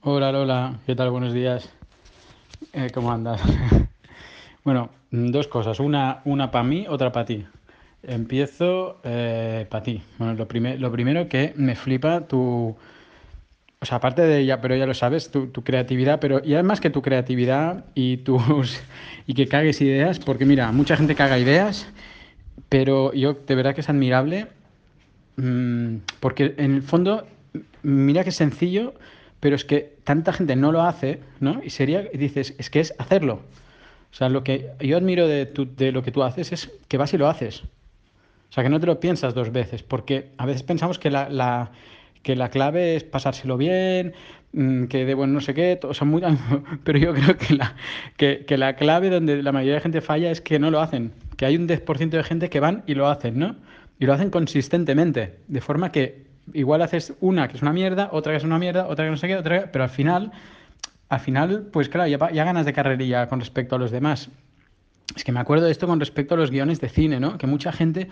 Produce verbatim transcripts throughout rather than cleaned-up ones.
Hola Lola, ¿qué tal? Buenos días. Eh, ¿cómo andas? Bueno, mm, dos cosas, una, una para mí, otra para ti. Empiezo para ti. Bueno, lo, prime- lo primero que me flipa tu, o sea, aparte de ella, pero ya lo sabes, tu, tu creatividad, pero y además que tu creatividad y tus y que cagues ideas, porque mira, mucha gente caga ideas, pero yo de verdad que es admirable. Mm, porque en el fondo, mira que es sencillo, pero es que tanta gente no lo hace, ¿no? Y sería, y dices, es que es hacerlo. O sea, lo que yo admiro de, tu- de lo que tú haces es que vas y lo haces. O sea, que no te lo piensas dos veces, porque a veces pensamos que la, la- que la clave es pasárselo bien, mm, que de bueno no sé qué, o sea, muy- pero yo creo que la, que, que la clave donde la mayoría de gente falla es que no lo hacen, que hay un diez por ciento de gente que van y lo hacen, ¿no? Y lo hacen consistentemente, de forma que igual haces una que es una mierda, otra que es una mierda, otra que no sé qué, otra que- pero al final, al final, pues claro, ya, pa- ya ganas de carrerilla con respecto a los demás. Es que me acuerdo de esto con respecto a los guiones de cine, ¿no? Que mucha gente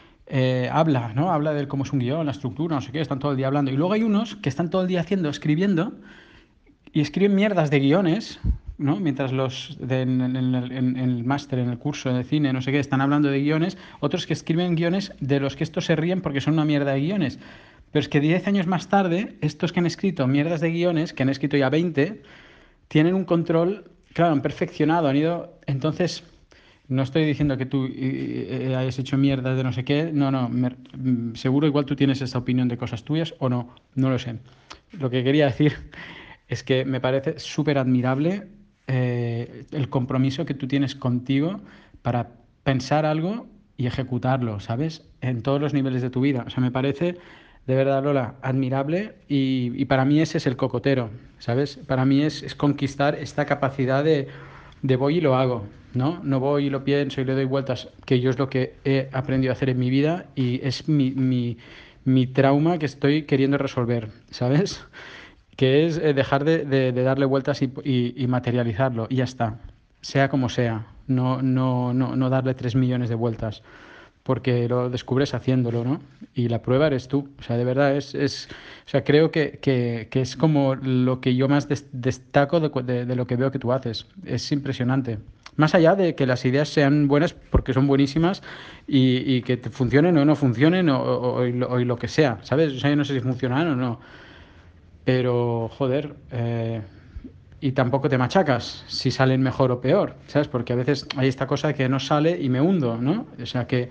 eh, habla, ¿no? Habla de cómo es un guión, la estructura, no sé qué, están todo el día hablando. Y luego hay unos que están todo el día haciendo, escribiendo, y escriben mierdas de guiones, ¿no? Mientras los de, en, en, en, el, en, el máster, en el curso de cine, no sé qué, están hablando de guiones, otros que escriben guiones de los que estos se ríen porque son una mierda de guiones. Pero es que diez años más tarde, estos que han escrito mierdas de guiones, que han escrito ya veinte tienen un control, claro, han perfeccionado, han ido. Entonces, no estoy diciendo que tú eh, eh, hayas hecho mierda de no sé qué, no, no, me- mm, seguro igual tú tienes esta opinión de cosas tuyas o no, no lo sé. Lo que quería decir es que me parece súper admirable eh, el compromiso que tú tienes contigo para pensar algo y ejecutarlo, ¿sabes? En todos los niveles de tu vida. O sea, me parece de verdad, Lola, admirable y, y para mí ese es el cocotero, ¿sabes? Para mí es, es conquistar esta capacidad de, de voy y lo hago, ¿no? No voy y lo pienso y le doy vueltas, que yo es lo que he aprendido a hacer en mi vida y es mi, mi, mi trauma que estoy queriendo resolver, ¿sabes? Que es eh, dejar de, de- de darle vueltas y, y- y materializarlo y ya está, sea como sea, no, no, no, no darle tres millones de vueltas porque lo descubres haciéndolo, ¿no? Y la prueba eres tú. O sea, de verdad es, es o sea, creo que, que, que es como lo que yo más des- destaco de, cu- de- de lo que veo que tú haces. Es impresionante. Más allá de que las ideas sean buenas, porque son buenísimas, y, y que te funcionen o no funcionen, o, o- o y lo, o y lo que sea, ¿sabes? O sea, yo no sé si funcionan o no, pero, joder, eh, y tampoco te machacas si salen mejor o peor, ¿sabes? Porque a veces hay esta cosa que no sale y me hundo, ¿no? O sea, que,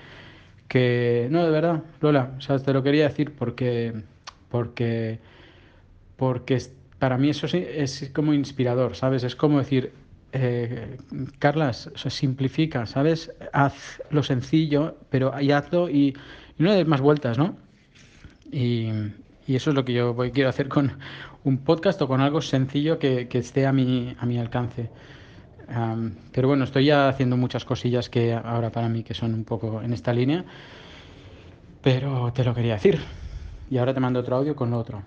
que no, de verdad, Lola, o sea, te lo quería decir porque, porque, porque es- para mí eso sí es como inspirador, ¿sabes? Es como decir, eh, Carlas, o sea, simplifica, ¿sabes? Haz lo sencillo, pero y hazlo y, y no le des más vueltas, ¿no? Y, y eso es lo que yo voy, quiero hacer con un podcast o con algo sencillo que, que esté a mi, a mi alcance. Am, pero bueno, estoy ya haciendo muchas cosillas que ahora para mí que son un poco en esta línea, pero te lo quería decir. Y ahora te mando otro audio con lo otro.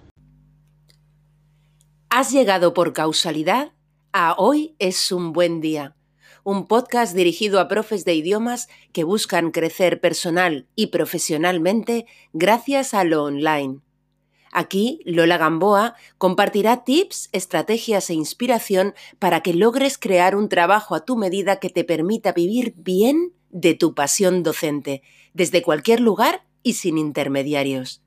Has llegado por causalidad a Hoy es un buen día, un podcast dirigido a profes de idiomas que buscan crecer personal y profesionalmente gracias a lo online. Aquí, Lola Gamboa compartirá tips, estrategias e inspiración para que logres crear un trabajo a tu medida que te permita vivir bien de tu pasión docente, desde cualquier lugar y sin intermediarios.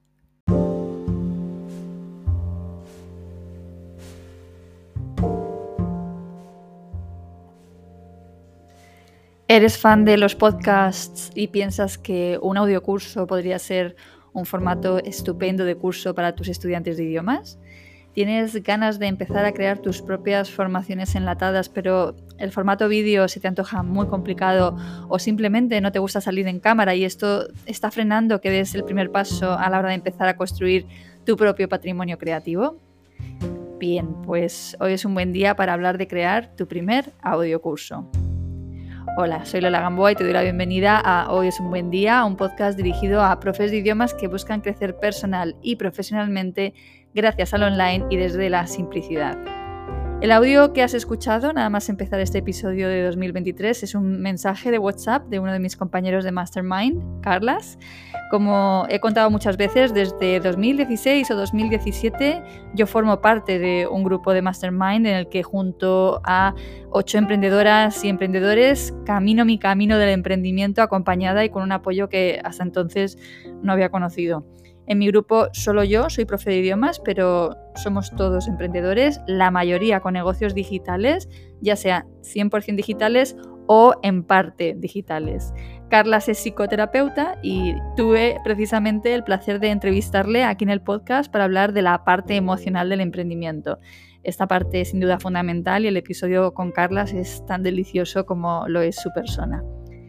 ¿Eres fan de los podcasts y piensas que un audiocurso podría ser un formato estupendo de curso para tus estudiantes de idiomas? ¿Tienes ganas de empezar a crear tus propias formaciones enlatadas, pero el formato vídeo se te antoja muy complicado o simplemente no te gusta salir en cámara y esto está frenando que des el primer paso a la hora de empezar a construir tu propio patrimonio creativo? Bien, pues hoy es un buen día para hablar de crear tu primer audiocurso. Hola, soy Lola Gamboa y te doy la bienvenida a Hoy es un buen día, un podcast dirigido a profes de idiomas que buscan crecer personal y profesionalmente gracias al online y desde la simplicidad. El audio que has escuchado, nada más empezar este episodio de dos mil veintitrés, es un mensaje de WhatsApp de uno de mis compañeros de Mastermind, Carlas. Como he contado muchas veces, desde dos mil dieciséis o dos mil diecisiete yo formo parte de un grupo de Mastermind en el que junto a ocho emprendedoras y emprendedores camino mi camino del emprendimiento acompañada y con un apoyo que hasta entonces no había conocido. En mi grupo solo yo soy profe de idiomas, pero somos todos emprendedores, la mayoría con negocios digitales, ya sea cien por ciento digitales o en parte digitales. Carlas es psicoterapeuta y tuve precisamente el placer de entrevistarle aquí en el podcast para hablar de la parte emocional del emprendimiento. Esta parte es sin duda fundamental y el episodio con Carlas es tan delicioso como lo es su persona.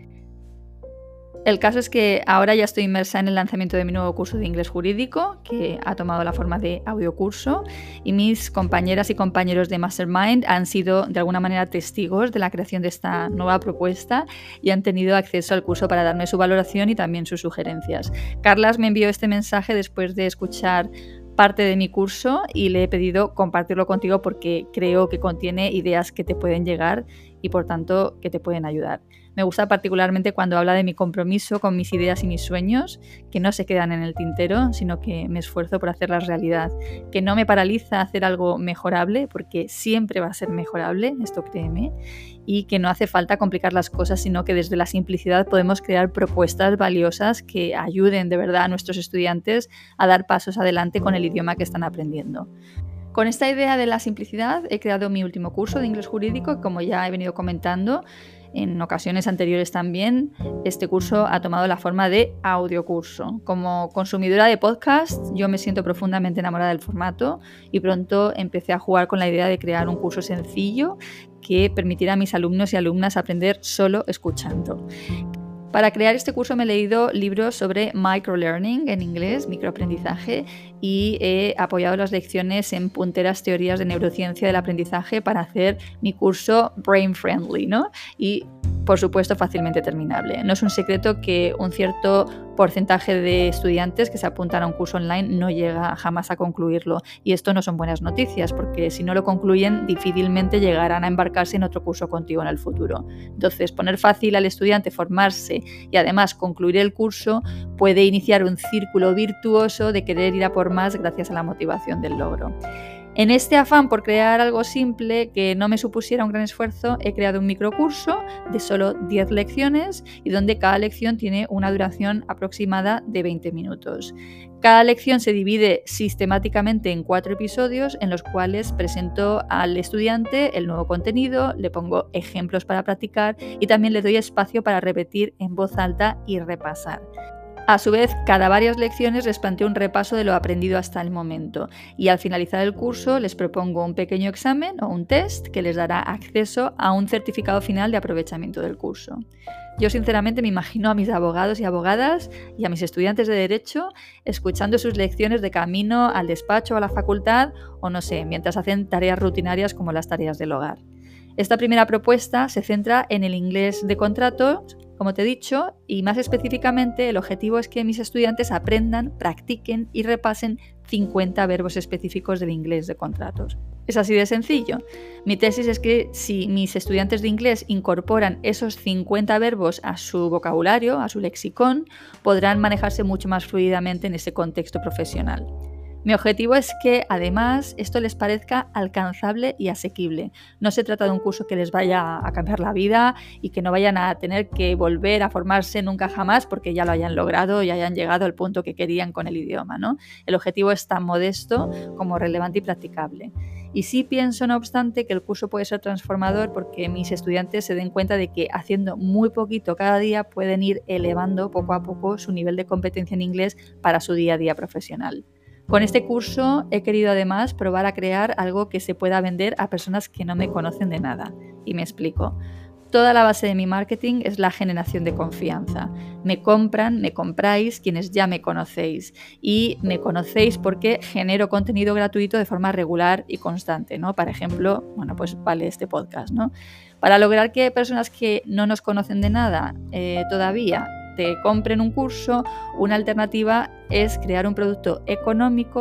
El caso es que ahora ya estoy inmersa en el lanzamiento de mi nuevo curso de inglés jurídico, que ha tomado la forma de audiocurso, y mis compañeras y compañeros de Mastermind han sido de alguna manera testigos de la creación de esta nueva propuesta y han tenido acceso al curso para darme su valoración y también sus sugerencias. Carlas me envió este mensaje después de escuchar parte de mi curso y le he pedido compartirlo contigo porque creo que contiene ideas que te pueden llegar y por tanto que te pueden ayudar. Me gusta particularmente cuando habla de mi compromiso con mis ideas y mis sueños, que no se quedan en el tintero, sino que me esfuerzo por hacerlas realidad, que no me paraliza hacer algo mejorable, porque siempre va a ser mejorable, esto créeme, y que no hace falta complicar las cosas, sino que desde la simplicidad podemos crear propuestas valiosas que ayuden de verdad a nuestros estudiantes a dar pasos adelante con el idioma que están aprendiendo. Con esta idea de la simplicidad he creado mi último curso de inglés jurídico, como ya he venido comentando en ocasiones anteriores también. Este curso ha tomado la forma de audiocurso. Como consumidora de podcast, yo me siento profundamente enamorada del formato y pronto empecé a jugar con la idea de crear un curso sencillo que permitiera a mis alumnos y alumnas aprender solo escuchando. Para crear este curso me he leído libros sobre microlearning en inglés, microaprendizaje, y he apoyado las lecciones en punteras teorías de neurociencia del aprendizaje para hacer mi curso brain friendly, ¿no? Y por supuesto fácilmente terminable. No es un secreto que un cierto porcentaje de estudiantes que se apuntan a un curso online no llega jamás a concluirlo, y esto no son buenas noticias porque si no lo concluyen difícilmente llegarán a embarcarse en otro curso contigo en el futuro. Entonces, poner fácil al estudiante formarse y además concluir el curso puede iniciar un círculo virtuoso de querer ir a por más gracias a la motivación del logro. En este afán por crear algo simple que no me supusiera un gran esfuerzo, he creado un microcurso de solo diez lecciones y donde cada lección tiene una duración aproximada de veinte minutos. Cada lección se divide sistemáticamente en cuatro episodios en los cuales presento al estudiante el nuevo contenido, le pongo ejemplos para practicar y también le doy espacio para repetir en voz alta y repasar. A su vez, cada varias lecciones les planteo un repaso de lo aprendido hasta el momento y al finalizar el curso les propongo un pequeño examen o un test que les dará acceso a un certificado final de aprovechamiento del curso. Yo sinceramente me imagino a mis abogados y abogadas y a mis estudiantes de Derecho escuchando sus lecciones de camino al despacho o a la facultad o no sé, mientras hacen tareas rutinarias como las tareas del hogar. Esta primera propuesta se centra en el inglés de contratos, como te he dicho, y más específicamente el objetivo es que mis estudiantes aprendan, practiquen y repasen cincuenta verbos específicos del inglés de contratos. Es así de sencillo. Mi tesis es que si mis estudiantes de inglés incorporan esos cincuenta verbos a su vocabulario, a su lexicón, podrán manejarse mucho más fluidamente en ese contexto profesional. Mi objetivo es que, además, esto les parezca alcanzable y asequible. No se trata de un curso que les vaya a cambiar la vida y que no vayan a tener que volver a formarse nunca jamás porque ya lo hayan logrado y hayan llegado al punto que querían con el idioma, ¿no? El objetivo es tan modesto como relevante y practicable. Y sí pienso, no obstante, que el curso puede ser transformador porque mis estudiantes se den cuenta de que haciendo muy poquito cada día pueden ir elevando poco a poco su nivel de competencia en inglés para su día a día profesional. Con este curso he querido además probar a crear algo que se pueda vender a personas que no me conocen de nada. Y me explico. Toda la base de mi marketing es la generación de confianza. Me compran, me compráis quienes ya me conocéis. Y me conocéis porque genero contenido gratuito de forma regular y constante, ¿no? Por ejemplo, bueno, pues vale este podcast, ¿no? Para lograr que personas que no nos conocen de nada eh, todavía te compren un curso, una alternativa es crear un producto económico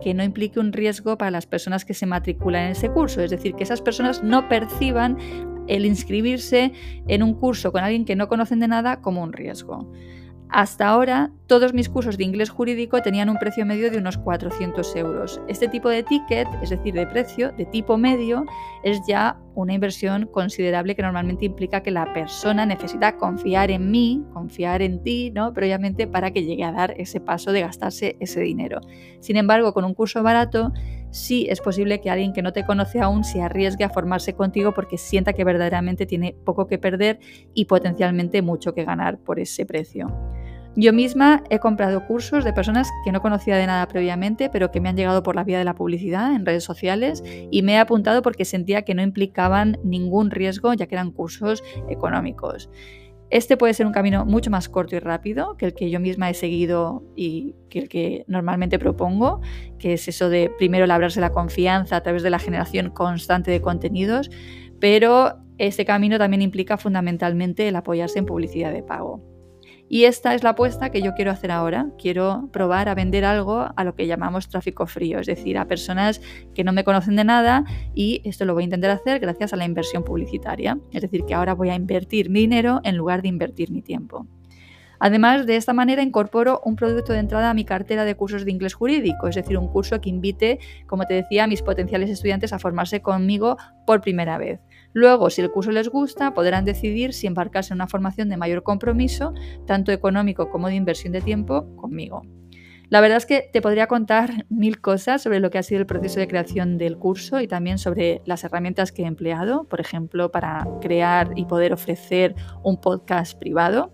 que no implique un riesgo para las personas que se matriculan en ese curso, es decir, que esas personas no perciban el inscribirse en un curso con alguien que no conocen de nada como un riesgo. Hasta ahora, todos mis cursos de inglés jurídico tenían un precio medio de unos cuatrocientos euros. Este tipo de ticket, es decir, de precio de tipo medio, es ya una inversión considerable que normalmente implica que la persona necesita confiar en mí, confiar en ti, ¿no? Previamente para que llegue a dar ese paso de gastarse ese dinero. Sin embargo, con un curso barato, sí es posible que alguien que no te conoce aún se arriesgue a formarse contigo porque sienta que verdaderamente tiene poco que perder y potencialmente mucho que ganar por ese precio. Yo misma he comprado cursos de personas que no conocía de nada previamente, pero que me han llegado por la vía de la publicidad en redes sociales y me he apuntado porque sentía que no implicaban ningún riesgo, ya que eran cursos económicos. Este puede ser un camino mucho más corto y rápido que el que yo misma he seguido y que el que normalmente propongo, que es eso de primero labrarse la confianza a través de la generación constante de contenidos, pero este camino también implica fundamentalmente el apoyarse en publicidad de pago. Y esta es la apuesta que yo quiero hacer ahora. Quiero probar a vender algo a lo que llamamos tráfico frío, es decir, a personas que no me conocen de nada, y esto lo voy a intentar hacer gracias a la inversión publicitaria. Es decir, que ahora voy a invertir mi dinero en lugar de invertir mi tiempo. Además, de esta manera incorporo un producto de entrada a mi cartera de cursos de inglés jurídico, es decir, un curso que invite, como te decía, a mis potenciales estudiantes a formarse conmigo por primera vez. Luego, si el curso les gusta, podrán decidir si embarcarse en una formación de mayor compromiso, tanto económico como de inversión de tiempo, conmigo. La verdad es que te podría contar mil cosas sobre lo que ha sido el proceso de creación del curso y también sobre las herramientas que he empleado, por ejemplo, para crear y poder ofrecer un podcast privado.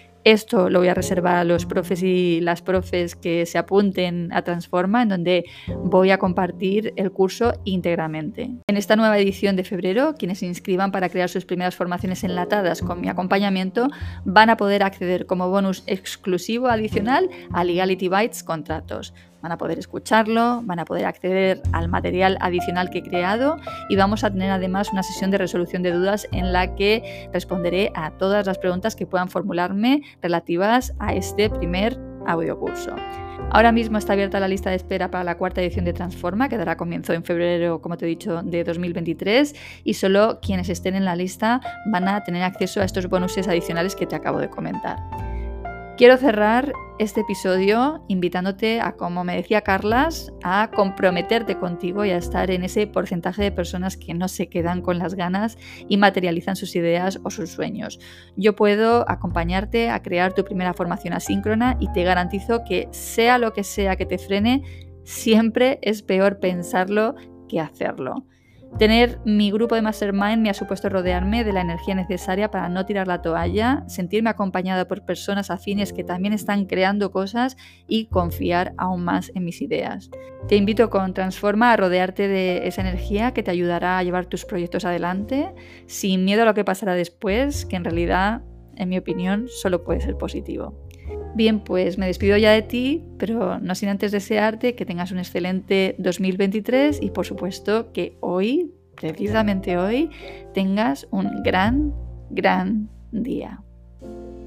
Esto lo voy a reservar a los profes y las profes que se apunten a Transforma, en donde voy a compartir el curso íntegramente. En esta nueva edición de febrero, quienes se inscriban para crear sus primeras formaciones enlatadas con mi acompañamiento van a poder acceder como bonus exclusivo adicional a Legality Bites Contratos. Van a poder escucharlo, van a poder acceder al material adicional que he creado y vamos a tener además una sesión de resolución de dudas en la que responderé a todas las preguntas que puedan formularme relativas a este primer audiocurso. Ahora mismo está abierta la lista de espera para la cuarta edición de Transforma, que dará comienzo en febrero, como te he dicho, de dos mil veintitrés, y solo quienes estén en la lista van a tener acceso a estos bonuses adicionales que te acabo de comentar. Quiero cerrar este episodio invitándote a, como me decía Carlas, a comprometerte contigo y a estar en ese porcentaje de personas que no se quedan con las ganas y materializan sus ideas o sus sueños. Yo puedo acompañarte a crear tu primera formación asíncrona y te garantizo que sea lo que sea que te frene, siempre es peor pensarlo que hacerlo. Tener mi grupo de Mastermind me ha supuesto rodearme de la energía necesaria para no tirar la toalla, sentirme acompañada por personas afines que también están creando cosas y confiar aún más en mis ideas. Te invito con Transforma a rodearte de esa energía que te ayudará a llevar tus proyectos adelante sin miedo a lo que pasará después, que en realidad, en mi opinión, solo puede ser positivo. Bien, pues me despido ya de ti, pero no sin antes desearte que tengas un excelente dos mil veintitrés y por supuesto que hoy, precisamente hoy, tengas un gran, gran día.